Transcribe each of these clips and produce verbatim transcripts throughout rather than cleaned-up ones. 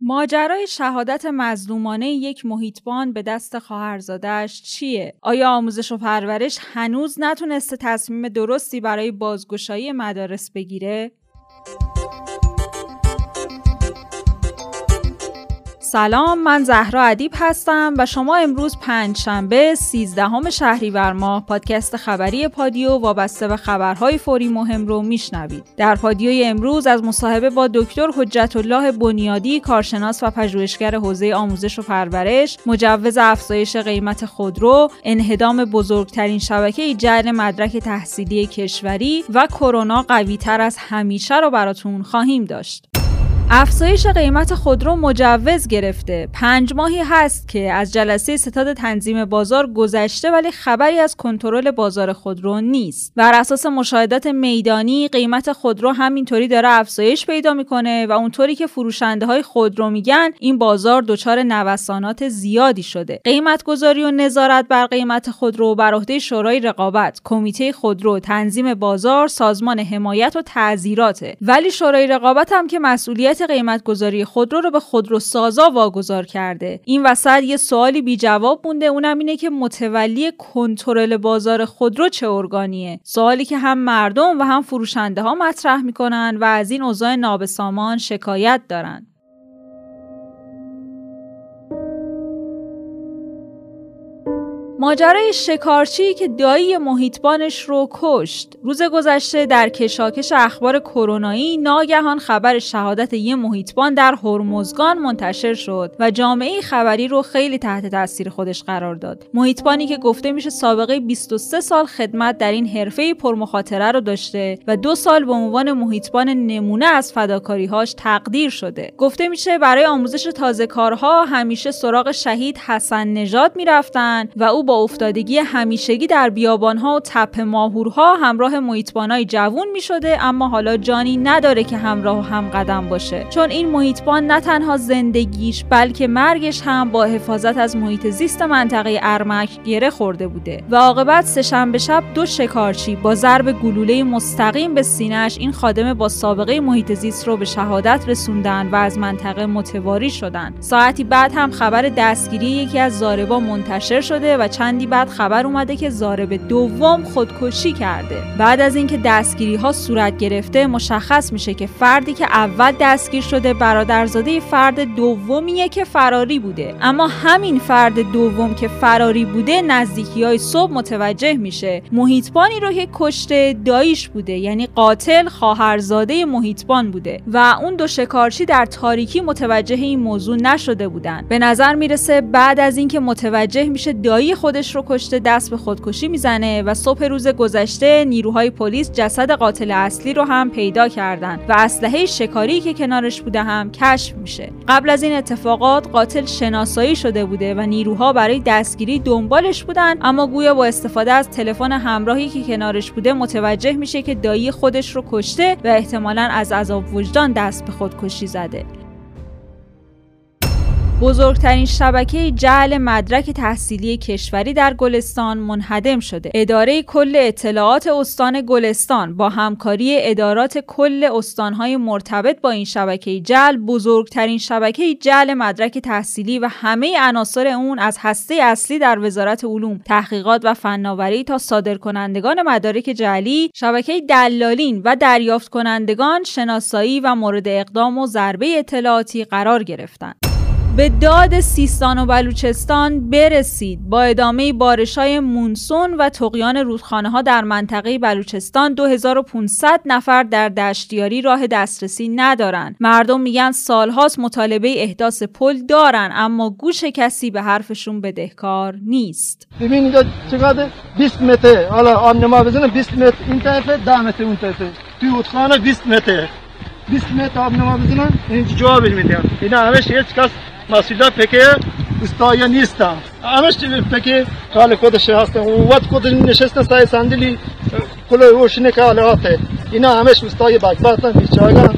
ماجرای شهادت مظلومانه یک محیطبان به دست خواهرزاده‌اش چیه؟ آیا آموزش و پرورش هنوز نتونسته تصمیم درستی برای بازگشایی مدارس بگیره؟ سلام، من زهرا ادیب هستم و شما امروز پنجشنبه سیزدهم شهریور ماه پادکست خبری پادیو وابسته به خبرهای فوری مهم رو میشنوید. در پادیوی امروز از مصاحبه با دکتر حجت الله بنیادی، کارشناس و پژوهشگر حوزه آموزش و پرورش، مجوز افزایش قیمت خودرو، انهدام بزرگترین شبکه جعل مدرک تحصیلی کشوری و کرونا قوی‌تر از همیشه رو براتون خواهیم داشت. افزایش قیمت خودرو مجوز گرفته. پنج ماهی هست که از جلسه ستاد تنظیم بازار گذشته ولی خبری از کنترل بازار خودرو نیست. بر اساس مشاهدات میدانی قیمت خودرو همینطوری داره افزایش پیدا میکنه و اونطوری که فروشنده های خودرو میگن این بازار دچار نوسانات زیادی شده. قیمت گذاری و نظارت بر قیمت خودرو بر عهده شورای رقابت، کمیته خودرو، تنظیم بازار، سازمان حمایت و تعزیراته. ولی شورای رقابت هم که مسئولیت قیمت گذاری خودرو رو به خودروسازا واگذار کرده. این وسط یه سوالی بی جواب مونده، اونم اینه که متولی کنترل بازار خودرو چه ارگانیه؟ سوالی که هم مردم و هم فروشنده ها مطرح میکنن و از این اوضاع نابسامان شکایت دارن. ماجرای شکارچی که دایی محیطبانش رو کشت. روز گذشته در کشاکش اخبار کرونایی ناگهان خبر شهادت یه محیطبان در هرمزگان منتشر شد و جامعه خبری رو خیلی تحت تاثیر خودش قرار داد. محیطبانی که گفته میشه سابقه بیست و سه سال خدمت در این حرفه پرمخاطره رو داشته و دو سال به عنوان محیطبان نمونه از فداکاری‌هاش تقدیر شده. گفته میشه برای آموزش تازه‌کارها همیشه سراغ شهید حسن نژاد میرفتن و او با افتادگی همیشگی در بیابان‌ها و تپه ماهورها همراه محیطبانای جوون می‌شده، اما حالا جانی نداره که همراه و هم قدم باشه، چون این محیطبان نه تنها زندگیش بلکه مرگش هم با حفاظت از محیط زیست منطقه ارمک گره خورده بوده و عاقبت سه‌شنبه شب دو شکارچی با ضرب گلوله مستقیم به سینه‌اش این خادم با سابقه محیط زیست رو به شهادت رسوندن و از منطقه متواری شدن. ساعتی بعد هم خبر دستگیری یکی از ضاربا منتشر شده و چندی بعد خبر اومده که ضارب دوم خودکشی کرده. بعد از اینکه دستگیری ها صورت گرفته مشخص میشه که فردی که اول دستگیر شده برادرزاده فرد دومیه که فراری بوده، اما همین فرد دوم که فراری بوده نزدیکی‌های صبح متوجه میشه محیطبانی رو که کشته داییش بوده، یعنی قاتل خواهرزاده محیطبان بوده و اون دو شکارچی در تاریکی متوجه این موضوع نشده بودن. به نظر میرسه بعد از اینکه متوجه میشه دایی خودش رو کشته دست به خودکشی میزنه و صبح روز گذشته نیروهای پلیس جسد قاتل اصلی رو هم پیدا کردن و اسلحه شکاری که کنارش بوده هم کشف میشه. قبل از این اتفاقات قاتل شناسایی شده بوده و نیروها برای دستگیری دنبالش بودن، اما گویا با استفاده از تلفن همراهی که کنارش بوده متوجه میشه که دایی خودش رو کشته و احتمالاً از عذاب وجدان دست به خودکشی زده. بزرگترین شبکه جعل مدرک تحصیلی کشوری در گلستان منهدم شده. اداره کل اطلاعات استان گلستان با همکاری ادارات کل استانهای مرتبط با این شبکه جعل، بزرگترین شبکه جعل مدرک تحصیلی و همه عناصر اون از هسته اصلی در وزارت علوم، تحقیقات و فناوری تا صادرکنندگان مدارک جعلی، شبکه دلالین و دریافت کنندگان شناسایی و مورد اقدام و ضربه اطلاعاتی قرار گرفتند. به داد سیستان و بلوچستان برسید. با ادامه بارش‌های مونسون و طغیان رودخانه‌ها در منطقه بلوچستان دو هزار و پانصد نفر در دشتیاری راه دسترسی ندارن. مردم میگن سالهاست مطالبه احداث پل دارن، اما گوش کسی به حرفشون بدهکار نیست. ببین اینجا چقدر بیست متر، حالا آب نما بزنه بیست متر این طرفه، ده متر اون طرفه. توی رودخانه بیست متر. بیست متر آب نما بزنن اینجا جواب میدن. اینا همش هیچ کس مسئولیت فکر استایا نیستم، همش فکر کال خودش هستن و وقت خودش نشستن سای صندلی کل روشنه که حالاته اینا همش استای بدبختن بیچاره.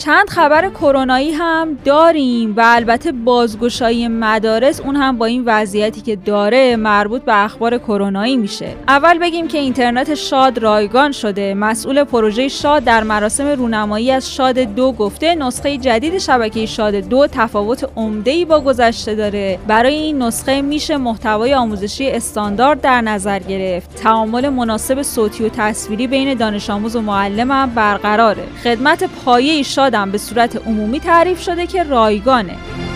چند خبر کرونایی هم داریم و البته بازگشایی مدارس اون هم با این وضعیتی که داره مربوط به اخبار کرونایی میشه. اول بگیم که اینترنت شاد رایگان شده. مسئول پروژه شاد در مراسم رونمایی از شاد دو گفته نسخه جدید شبکه شاد دو تفاوت عمده‌ای با گذشته داره. برای این نسخه میشه محتوای آموزشی استاندارد در نظر گرفت. تعامل مناسب صوتی و تصویری بین دانش آموز و معلم هم برقراره. خدمت پایه شادم به صورت عمومی تعریف شده که رایگانه.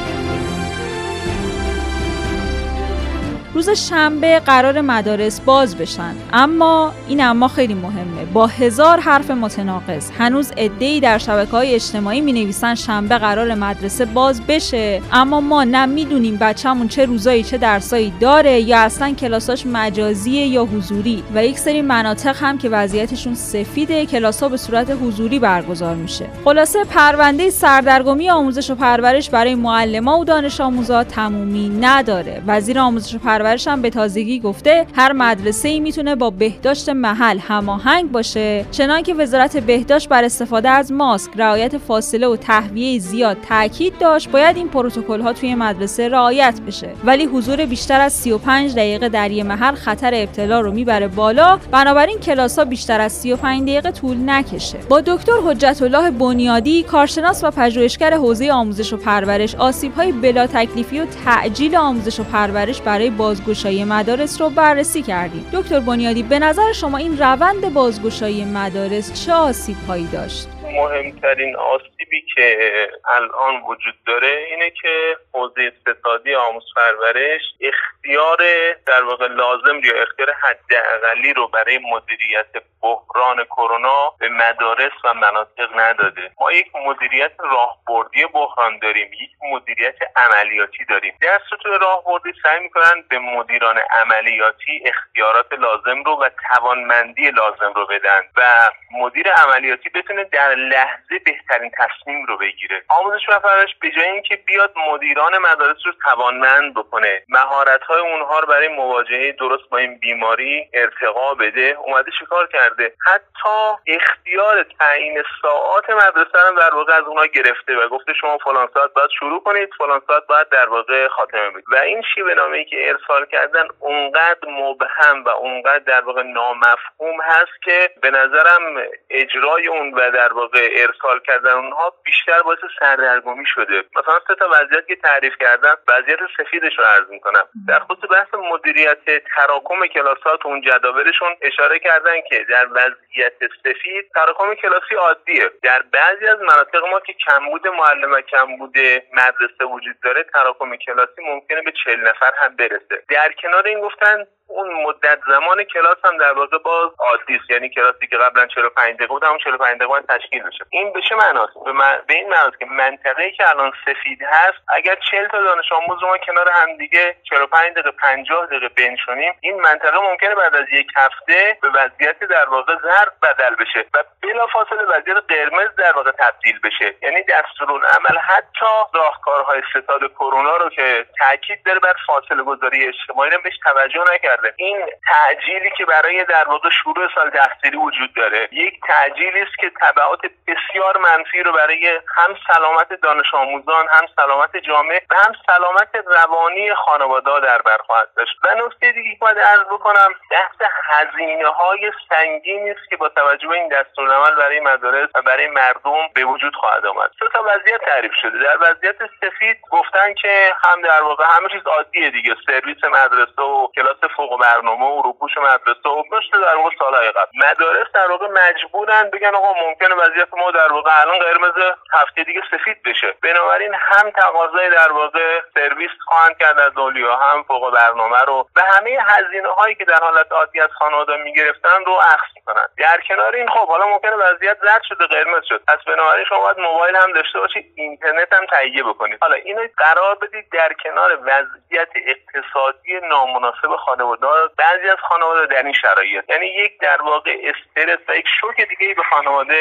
روز شنبه قرار مدارس باز بشن، اما این اما خیلی مهمه، با هزار حرف متناقض هنوز عده‌ای در شبکه‌های اجتماعی می‌نویسن شنبه قرار مدرسه باز بشه، اما ما نه میدونیم بچه‌مون چه روزایی چه درسایی داره یا اصلا کلاساش مجازیه یا حضوری و یک سری مناطق هم که وضعیتشون سفیده کلاس‌ها به صورت حضوری برگزار میشه. خلاصه پرونده سردرگمی آموزش و پرورش برای معلمان و دانش آموزا تمومی نداره. وزیر آموزش و پرورش هم به تازگی گفته هر مدرسه‌ای میتونه با بهداشت محل هماهنگ باشه، چنانکه وزارت بهداشت بر استفاده از ماسک، رعایت فاصله و تهویه زیاد تاکید داشت. باید این پروتکل‌ها توی مدرسه رعایت بشه، ولی حضور بیشتر از سی و پنج دقیقه در یک محل خطر ابتلا رو میبره بالا، بنابراین کلاس‌ها بیشتر از سی و پنج دقیقه طول نکشه. با دکتر حجت الله بنیادی، کارشناس و پژوهشگر حوزه آموزش و پرورش، آسیب‌های بلا تکلیفی و تعجیل آموزش و پرورش برای بازگشایی مدارس رو بررسی کردیم. دکتر بنیادی، به نظر شما این روند بازگشایی مدارس چه آسیب‌هایی داشت؟ مهمترین آسیبی که الان وجود داره اینه که حوزه اقتصادی آموزش پرورش اختیار در واقع لازم یا اختیار حداقلی رو برای مدیریت بحران کرونا به مدارس و مناطق نداده. ما یک مدیریت راهبردی بحران داریم، یک مدیریت عملیاتی داریم. در سطح راهبردی سعی میکنن به مدیران عملیاتی اختیارات لازم رو و توانمندی لازم رو بدن و مدیر عملیاتی بتونه در لحظه بهترین تصمیم رو بگیره. آموزش و پرورش به جای اینکه بیاد مدیران مدارس رو توانمند بکنه، مهارت‌های اونها رو برای مواجهه درست با این بیماری ارتقا بده، اومده چیکار کرده؟ حتی اختیار تعیین ساعات مدرسه رو در واقع از اونها گرفته و گفته شما فلان ساعت باید شروع کنید، فلان ساعت باید در واقع خاتمه بدید. و این شیوه نامه‌ای که ارسال کردن اونقدر مبهم و اونقدر در واقع نامفهوم هست که به نظرم اجرای اون و در واقع ارسال کردن اونها بیشتر باعث سردرگمی شده. مثلا سه تا وضعیت که تعریف کردن، وضعیت سفیدش رو عرض می‌کنم. در خصوص بحث مدیریت تراکم کلاسات اون جداولشون اشاره کردن که در وضعیت سفید تراکم کلاسی عادیه. در بعضی از مناطق ما که کمبود معلم و کمبود مدرسه وجود داره، تراکم کلاسی ممکنه به چهل نفر هم برسه. در کنار این گفتن اون مدت زمان کلاس هم در واقع باز عادی است، یعنی کلاسی که قبلا چهل و پنج دقیقه بود همون چهل و پنج دقیقه تشکیل بشه. این به چه معناست؟ به, من... به این معناست که منطقه‌ای که الان سفید هست، اگر چهل تا دانش آموز رو ما کنار هم دیگه چهل و پنج دقیقه پنجاه دقیقه بنشونیم، این منطقه ممکنه بعد از یک هفته به وضعیت در واقع زرد بدل بشه و بلافاصله وضعیت قرمز در واقع تبدیل بشه. یعنی دستورالعمل حتی راهکارهای ستاد کرونا رو که تاکید داره بر فاصله گذاری اجتماعی رو بهش توجه نکرده. این تعجیلی که برای در واقع شروع سال تحصیلی وجود داره، یک تعجیلی است که تبعات بسیار منفی رو برای هم سلامت دانش آموزان، هم سلامت جامعه و هم سلامت روانی خانواده‌ها در بر خواهد داشت. و نکته دیگه که باید عرض بکنم، بحث هزینه‌های سنگینی است که با توجه به این دستورالعمل برای مدارس و برای مردم به وجود خواهد آمد. سه تا وضعیت تعریف شده. در وضعیت سفید گفتن که هم در واقع همه چیز عادیه دیگه، سرویس مدرسه و کلاس فوق برنامه و روپوش مدرسه و پشت در واقع سالهای قبل. مدارس در واقع مجبورن بگن آقا ممکنه وضعیت ما در واقع الان قرمز، هفته دیگه سفید بشه. بنابراین هم تقاضای در واقع سرویس خواهند کرد از دولیا، هم فوق برنامه رو و همه هزینه‌هایی که در حالت عادی از خانواده میگرفتن رو اخذ میکنن. در کنار این خب حالا ممکنه وضعیت زرد شده، قرمز شد، پس بنابراین شما باید موبایل هم داشته باشید، اینترنت هم تهیه بکنید. حالا اینو قرار بدید در کنار وضعیت اقتصادی نامناسب خانواده، بعضی از خانواده در این شرایط، یعنی یک در واقع استرس و یک شوک دیگه به خانواده وارد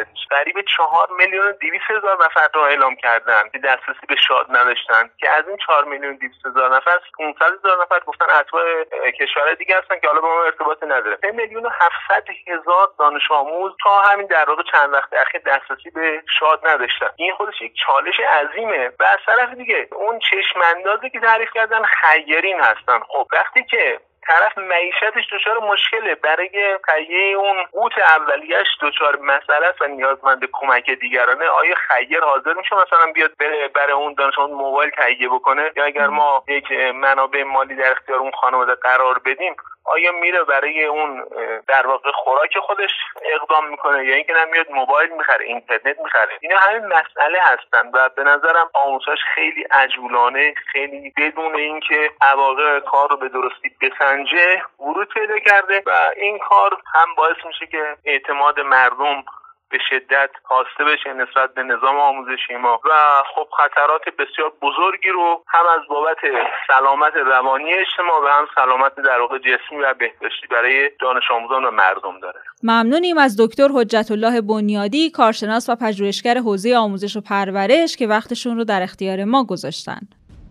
اولش قریب چهار میلیون و دویست هزار نفر رو اعلام کردن که دسترسی به شاد نداشتن، که از این چهار میلیون و دویست هزار نفر پانصد هزار نفر گفتن اتباع کشورهای دیگه هستن که حالا با ما ارتباطی نداره. سه میلیون و هفتصد هزار دانش آموز تا همین در واقع چند وقت اخیر دسترسی به شاد نداشتن. این خودش یک چالش عظیمه. و از طرف دیگه اون چشم اندازی که تعریف کردن خیرین هستن. خب وقتی که طرف معیشتش دچار مشکله، برای تهیه اون قوت اولیه‌اش دچار مسئله است و نیازمند کمک دیگرانه، آیا خیر حاضر میشه مثلا بیاد برای اون دانش آموز موبایل تهیه بکنه؟ یا اگر ما یک منابع مالی در اختیار اون خانواده قرار بدیم، آیا میره برای اون در واقع خوراک خودش اقدام میکنه یا اینکه نمیاد موبایل میخره، اینترنت میخره؟ اینا همین مسئله هستن و به نظرم آموزش خیلی عجولانه، خیلی بدون اینکه عواقب کار رو به درستی بسنجه ورود پیدا کرده و این کار هم باعث میشه که اعتماد مردم به شدت کاسته بشه نسبت به نظام آموزشی ما و خب خطرات بسیار بزرگی رو هم از بابت سلامت روانی اجتماع و هم سلامت در واقع جسمی و بهداشتی برای دانش آموزان و مردم داره. ممنونیم از دکتر حجت الله بنیادی، کارشناس و پژوهشگر حوزه آموزش و پرورش که وقتشون رو در اختیار ما گذاشتن.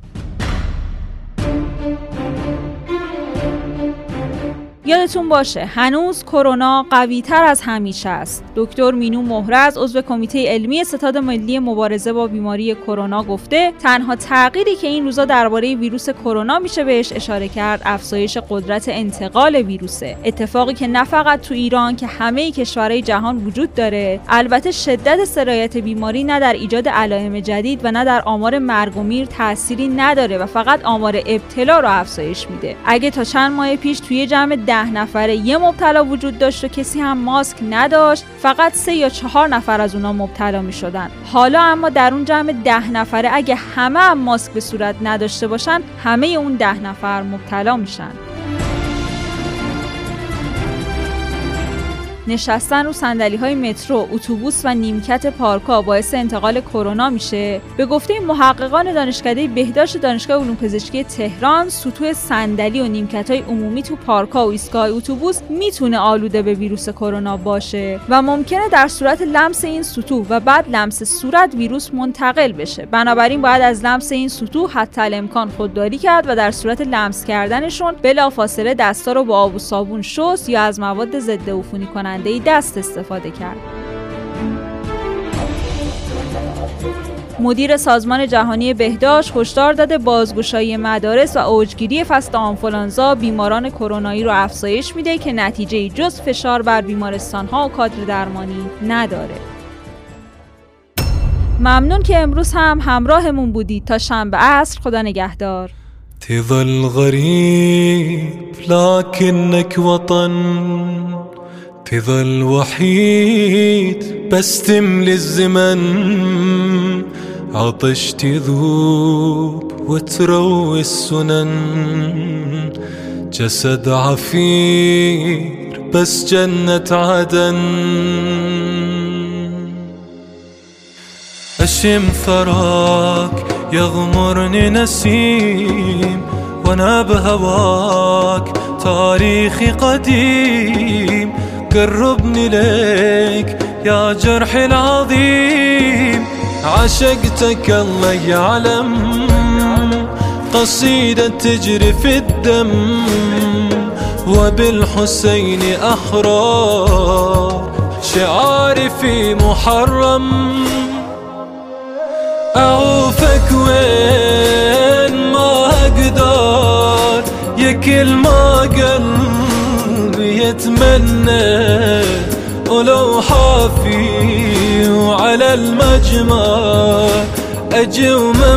یادتون باشه هنوز کرونا قوی تر از همیشه است. دکتر مینو مهرز عضو کمیته علمی ستاد ملی مبارزه با بیماری کرونا گفته تنها تغییری که این روزا درباره ویروس کرونا میشه بهش اشاره کرد افزایش قدرت انتقال ویروسه. اتفاقی که نه فقط تو ایران که همه کشورهای جهان وجود داره. البته شدت سرایت بیماری نه در ایجاد علائم جدید و نه در آمار مرگ و میر تأثیری نداره و فقط آمار ابتلا رو افزایش میده. اگه تا چند ماه پیش توی جمع ده نفره یه مبتلا وجود داشت و کسی هم ماسک نداشت، فقط سه یا چهار نفر از اونا مبتلا می شدن. حالا اما در اون جمع ده نفره اگه همه هم ماسک به صورت نداشته باشن، همه اون ده نفر مبتلا میشن. نشستن رو صندلی‌های مترو، اتوبوس و نیمکت پارک‌ها باعث انتقال کرونا میشه. به گفته محققان دانشکده بهداشت دانشگاه علوم پزشکی تهران، سطوح صندلی و نیمکت‌های عمومی تو پارک‌ها و ایستگاه اتوبوس میتونه آلوده به ویروس کرونا باشه و ممکنه در صورت لمس این سطوح و بعد لمس صورت ویروس منتقل بشه. بنابراین باید از لمس این سطوح حتی الامکان خودداری کرد و در صورت لمس کردنشون بلافاصله دستا رو با آب و صابون شست یا از مواد ضد عفونی کننده دست استفاده کرد. مدیر سازمان جهانی بهداشت هشدار داده بازگشایی مدارس و اوجگیری فصل آنفولانزا بیماران کرونایی رو افزایش میده که نتیجه‌ای جز فشار بر بیمارستان‌ها و کادر درمانی نداره. ممنون که امروز هم همراهمون بودید. تا شنبه عصر خدا نگهدار. تظل غريب لكنك وطن، تظل وحيد بس تملي الزمن، عطش تذوب وتروي السنن، جسد عفير بس جنة عدن، أشم ثراك يغمرني نسيم، وانا بهواك تاريخي قديم، قربني ليك يا جرحي العظيم، عشقتك الله يعلم، قصيدة تجري في الدم، وبالحسين أحرار شعاري في محرم، أعوفك وين ما أقدر، يا كل ما قلبي يتمنى، ولو حافي وعلى المجمع أجي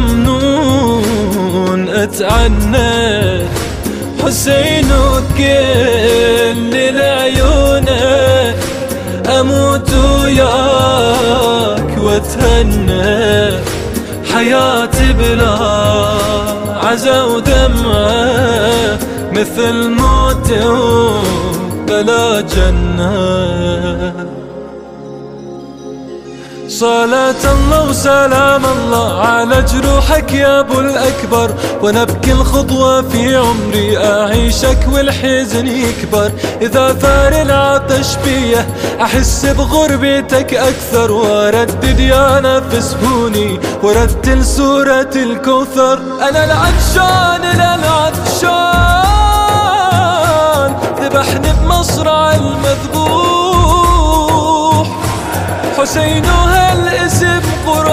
وممنون أتعنى، حسين وكل العيونك أموت وياك واتهنى، حياتي بلا عزا ودمعة، مثل موت بلا جنة، صلاة الله وسلام الله على جروحك يا ابو الاكبر، وانا بكل خطوة في عمري اعيشك والحزن يكبر. اذا ثار العطش بيه احس بغربتك اكثر، واردد يا نفس هوني ورتل سورة الكوثر. انا العطشان للعطشان ذبحني بمصرع المذبوح، حسين وهالاسم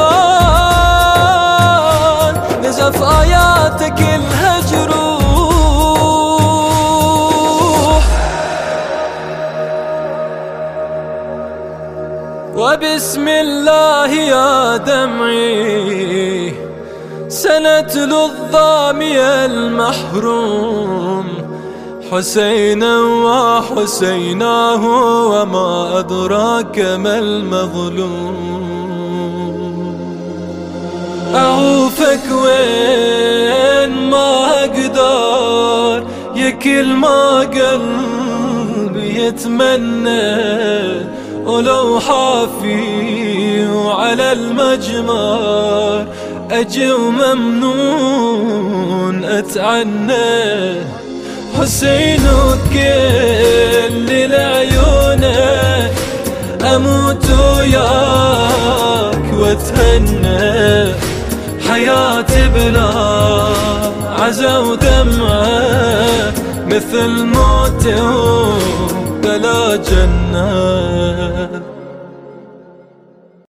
قرآن نزف آياتك الهجروح. وبسم الله يا دمعي سنتلو الظامي المحروم، حسينا وحسيناه وما أدراك ما المظلوم. أعوفك وين ما أقدر يا كل ما قلبي يتمنى، ولو حافي وعلى المجمر أجي وممنون أتعنى. حسين وكل العيونك أموت وياك واتهنى، حياتي بلا عزا ودمعة مثل موت وبلا جنة.